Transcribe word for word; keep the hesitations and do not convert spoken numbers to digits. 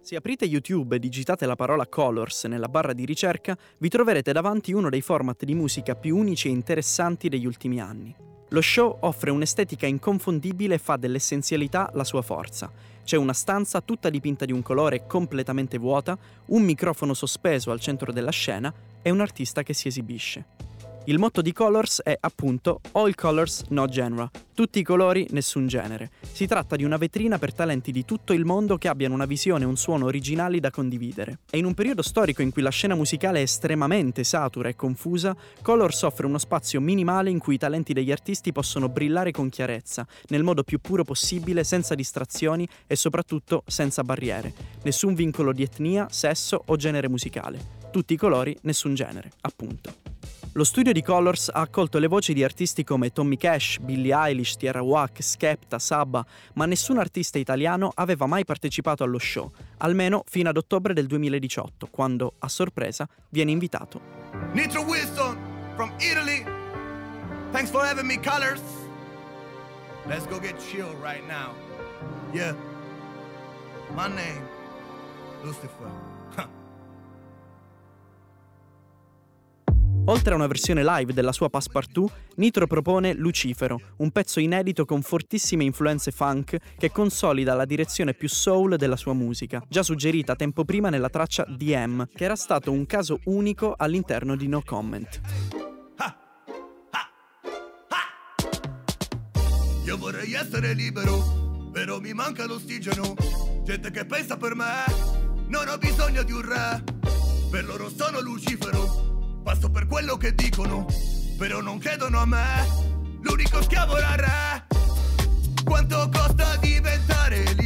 Se aprite YouTube e digitate la parola Colors nella barra di ricerca, vi troverete davanti uno dei format di musica più unici e interessanti degli ultimi anni. Lo show offre un'estetica inconfondibile e fa dell'essenzialità la sua forza. C'è una stanza tutta dipinta di un colore completamente vuota, un microfono sospeso al centro della scena e un artista che si esibisce. Il motto di Colors è appunto All Colors, No Genre, tutti i colori, nessun genere. Si tratta di una vetrina per talenti di tutto il mondo che abbiano una visione e un suono originali da condividere. E in un periodo storico in cui la scena musicale è estremamente satura e confusa, Colors offre uno spazio minimale in cui i talenti degli artisti possono brillare con chiarezza, nel modo più puro possibile, senza distrazioni e soprattutto senza barriere. Nessun vincolo di etnia, sesso o genere musicale. Tutti i colori, nessun genere, appunto. Lo studio di Colors ha accolto le voci di artisti come Tommy Cash, Billie Eilish, Tierra Whack, Skepta, Sabba, ma nessun artista italiano aveva mai partecipato allo show, almeno fino ad ottobre del duemiladiciotto, quando, a sorpresa, viene invitato. Nitro Wilson, from Italy. Thanks for having me, Colors. Let's go get chill right now. Yeah. My name, Lucifer. Oltre a una versione live della sua Passepartout, Nitro propone Lucifero, un pezzo inedito con fortissime influenze funk che consolida la direzione più soul della sua musica, già suggerita tempo prima nella traccia D M, che era stato un caso unico all'interno di No Comment. Io vorrei essere libero, però mi manca l'ossigeno. Gente che pensa per me, non ho bisogno di un re. Per loro sono Lucifero. Passo per quello che dicono, però non credono a me. L'unico schiavo era re. Quanto costa diventare